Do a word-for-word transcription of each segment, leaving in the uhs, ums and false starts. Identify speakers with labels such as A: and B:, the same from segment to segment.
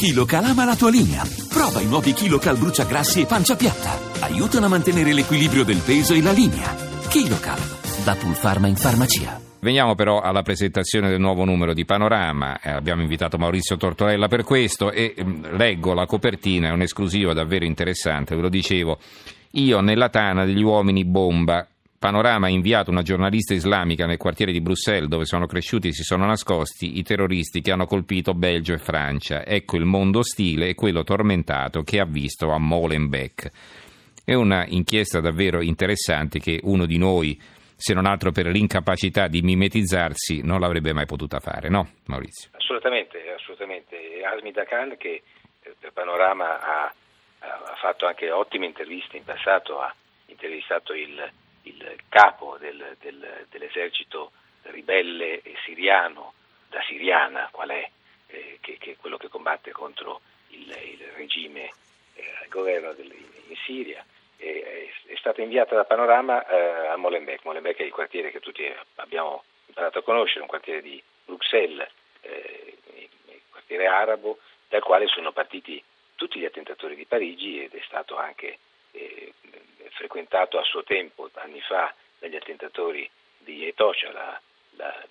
A: KiloCal ama la tua linea. Prova i nuovi KiloCal bruciagrassi e pancia piatta. Aiutano a mantenere l'equilibrio del peso e la linea. KiloCal, da Pulpharma in farmacia.
B: Veniamo però alla presentazione del nuovo numero di Panorama. Eh, abbiamo invitato Maurizio Tortorella per questo e mh, leggo la copertina, è un'esclusiva davvero interessante, ve lo dicevo. Io nella tana degli uomini bomba. Panorama ha inviato una giornalista islamica nel quartiere di Bruxelles dove sono cresciuti e si sono nascosti i terroristi che hanno colpito Belgio e Francia. Ecco il mondo ostile e quello tormentato che ha visto a Molenbeek. È una inchiesta davvero interessante che uno di noi, se non altro per l'incapacità di mimetizzarsi, non l'avrebbe mai potuta fare, no Maurizio?
C: Assolutamente, assolutamente. Azmi Dakan, che per Panorama ha, ha fatto anche ottime interviste in passato, ha intervistato il il capo del, del, dell'esercito ribelle siriano, da siriana qual è, eh, che, che è quello che combatte contro il, il regime, eh, il governo del, in Siria, eh, è, è stata inviata da Panorama eh, a Molenbeek. Molenbeek è il quartiere che tutti abbiamo imparato a conoscere, un quartiere di Bruxelles, eh, il quartiere arabo, dal quale sono partiti tutti gli attentatori di Parigi ed è stato anche eh, frequentato a suo tempo, anni fa, dagli attentatori di Etocha, la, la,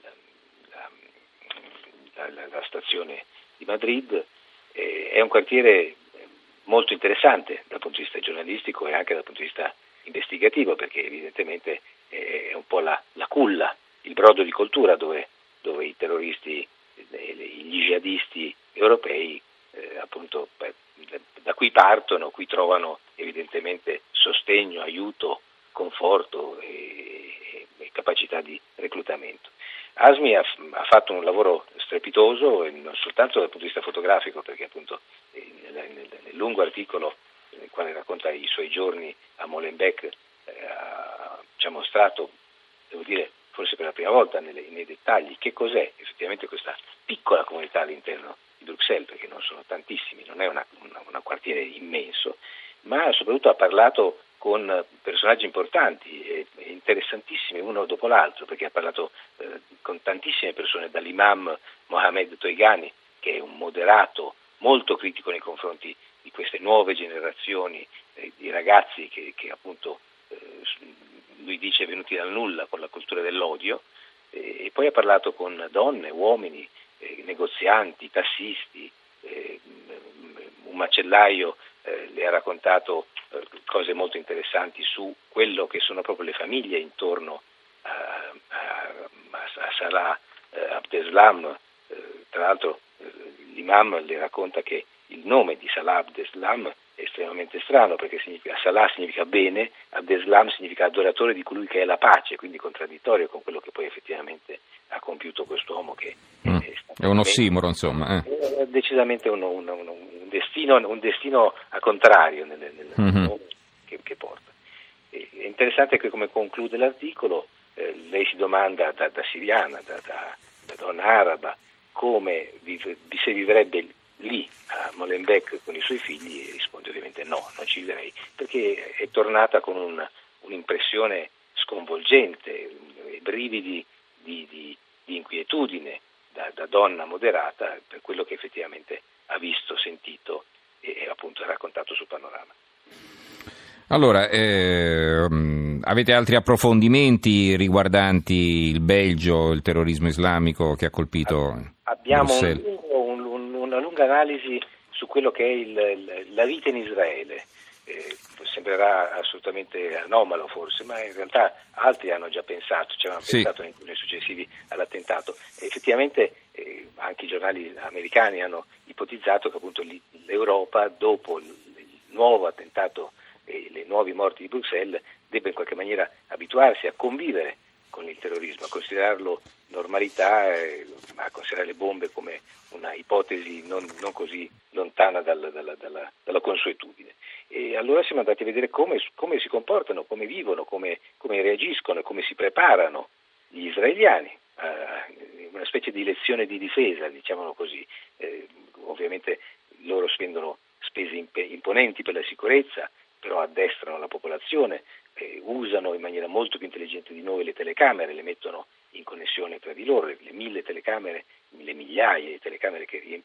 C: la, la, la stazione di Madrid. Eh, è un quartiere molto interessante dal punto di vista giornalistico e anche dal punto di vista investigativo, perché evidentemente è un po' la, la culla, il brodo di coltura dove, dove i terroristi, gli jihadisti europei eh, appunto da cui partono, qui trovano evidentemente sostegno, aiuto, conforto e, e capacità di reclutamento. Azmi ha, ha fatto un lavoro strepitoso, e non soltanto dal punto di vista fotografico, perché appunto nel, nel, nel lungo articolo nel quale racconta i suoi giorni a Molenbeek eh, ci ha mostrato, devo dire, forse per la prima volta nelle, nei dettagli, che cos'è effettivamente questa piccola comunità all'interno di Bruxelles, perché non sono tantissimi, non è una, una, un quartiere immenso, ma soprattutto ha parlato con personaggi importanti e, e interessantissimi uno dopo l'altro, perché ha parlato eh, con tantissime persone, dall'imam Mohamed Toigani, che è un moderato molto critico nei confronti di queste nuove generazioni eh, di ragazzi che, che appunto eh, lui dice venuti dal nulla con la cultura dell'odio, eh, e poi ha parlato con donne, uomini, eh, negozianti, tassisti, eh, un macellaio eh, le ha raccontato eh, cose molto interessanti su quello che sono proprio le famiglie intorno a, a, a Salah eh, Abdeslam. Eh, tra l'altro eh, l'imam le racconta che il nome di Salah Abdeslam è estremamente strano, perché significa, Salah significa bene, Abdeslam significa adoratore di colui che è la pace, quindi contraddittorio con quello che poi effettivamente ha compiuto quest'uomo che
B: mm. è, è un ossimoro, insomma. Eh.
C: È decisamente un, un, un, un, destino, un destino a contrario nel, nel
B: mm-hmm.
C: nome che, che porta. E, è interessante che come conclude l'articolo, eh, lei si domanda da, da siriana, da, da, da donna araba, come vive, se vivrebbe lì a Molenbeek con i suoi figli, e risponde ovviamente no, non ci vivrei, perché è tornata con un, un'impressione sconvolgente, brividi di, di, di inquietudine da, da donna moderata per quello che effettivamente ha visto, sentito e, e appunto raccontato sul Panorama.
B: Allora, eh, avete altri approfondimenti riguardanti il Belgio, il terrorismo islamico che ha colpito
C: Abbiamo
B: Bruxelles?
C: Un, un, una lunga analisi su quello che è il, la vita in Israele. Eh, sembrerà assolutamente anomalo forse, ma in realtà altri hanno già pensato, ci avevano
B: sì.
C: pensato nei giorni successivi all'attentato. E effettivamente eh, anche i giornali americani hanno ipotizzato che appunto l'Europa, dopo il, il nuovo attentato e le nuovi morti di Bruxelles, debba in qualche maniera abituarsi a convivere con il terrorismo, a considerarlo normalità, eh, a considerare le bombe come una ipotesi non, non così lontana dal, dalla, dalla, dalla consuetudine. E allora siamo andati a vedere come, come si comportano, come vivono, come, come reagiscono, come si preparano gli israeliani, eh, una specie di lezione di difesa, diciamolo così. Eh, ovviamente loro spendono spese imponenti per la sicurezza, però addestrano la popolazione, eh, usano in maniera molto più intelligente di noi le telecamere, le mettono in connessione tra di loro, le mille telecamere, le migliaia di telecamere che riempiono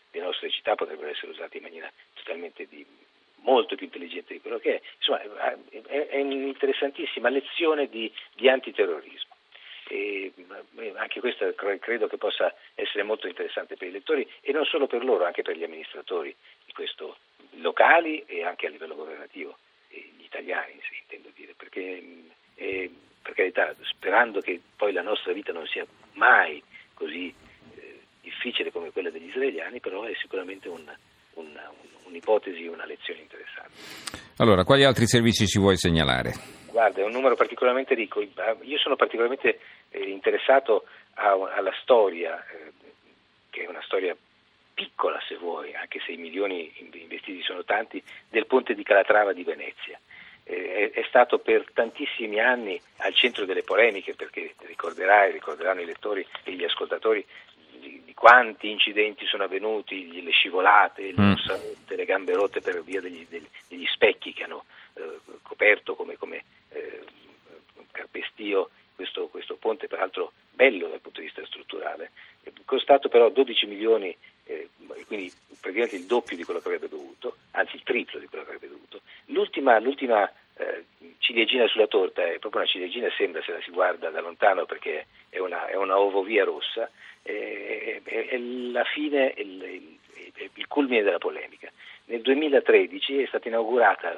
C: le nostre città potrebbero essere usate in maniera totalmente di, molto più intelligente di quello che è. Insomma, è, è un'interessantissima lezione di, di antiterrorismo. E anche questa credo che possa essere molto interessante per i lettori e non solo per loro, anche per gli amministratori di questo locali e anche a livello governativo, gli italiani, sì, intendo dire, perché eh, per carità, sperando che poi la nostra vita non sia mai così eh, difficile come quella degli israeliani, però è sicuramente un, un, un, un'ipotesi, una lezione interessante.
B: Allora, quali altri servizi ci vuoi segnalare?
C: Guarda, è un numero particolarmente ricco. Io sono particolarmente eh, interessato a, alla storia, eh, che è una storia piccola se vuoi, anche se i milioni investiti sono tanti, del ponte di Calatrava di Venezia. Eh, è, è stato per tantissimi anni al centro delle polemiche, perché ricorderai, ricorderanno i lettori e gli ascoltatori di, di quanti incidenti sono avvenuti, le scivolate, le, mm. le gambe rotte per via degli, degli, degli specchi che hanno eh, coperto come, come eh, carpestio questo, questo ponte, peraltro bello dal punto di vista strutturale, è costato però dodici milioni, eh, quindi praticamente il doppio di quello che avrebbe dovuto, anzi il triplo di quello che avrebbe dovuto. L'ultima, l'ultima eh, ciliegina sulla torta, è proprio una ciliegina, sembra se la si guarda da lontano perché è una, è una ovovia rossa, è, è, è la fine, è il, il, il culmine della polemica. Nel duemilatredici è stata inaugurata,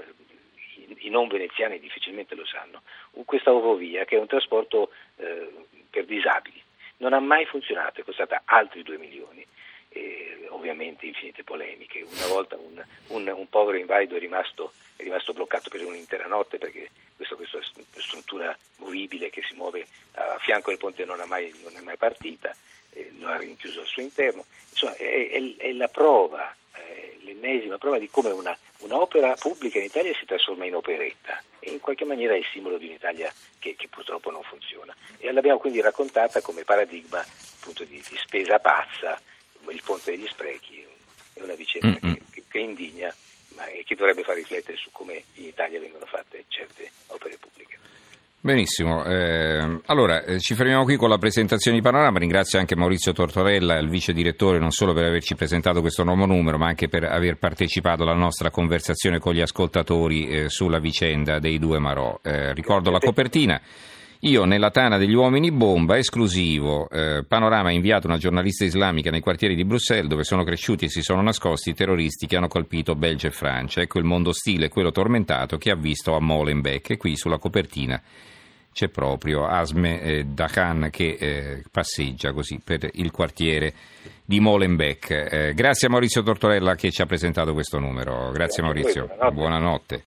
C: i non veneziani difficilmente lo sanno, questa ovovia che è un trasporto eh, per disabili. Non ha mai funzionato, è costata altri due milioni. E ovviamente infinite polemiche. Una volta un, un, un povero invalido è rimasto, è rimasto bloccato per un'intera notte perché questa, questa struttura movibile che si muove a fianco del ponte non, ha mai, non è mai partita, eh, lo ha rinchiuso al suo interno. Insomma, è, è, è la prova, è l'ennesima prova di come una, un'opera pubblica in Italia si trasforma in operetta e in qualche maniera è il simbolo di un'Italia che, che purtroppo non funziona. E l'abbiamo quindi raccontata come paradigma appunto di, di spesa pazza. Il ponte degli sprechi è una vicenda che, che, che indigna, ma che dovrebbe far riflettere su come in Italia vengono fatte certe opere pubbliche.
B: Benissimo, eh, allora eh, ci fermiamo qui con la presentazione di Panorama. Ringrazio anche Maurizio Tortorella, il vice direttore, non solo per averci presentato questo nuovo numero, ma anche per aver partecipato alla nostra conversazione con gli ascoltatori eh, sulla vicenda dei due Marò. Eh, ricordo la copertina. Io nella tana degli uomini bomba, esclusivo, eh, Panorama ha inviato una giornalista islamica nei quartieri di Bruxelles dove sono cresciuti e si sono nascosti i terroristi che hanno colpito Belgio e Francia. Ecco il mondo ostile, quello tormentato che ha visto a Molenbeek, e qui sulla copertina c'è proprio Asme eh, Dahan che eh, passeggia così per il quartiere di Molenbeek. Eh, grazie a Maurizio Tortorella che ci ha presentato questo numero. Grazie Maurizio, buonanotte.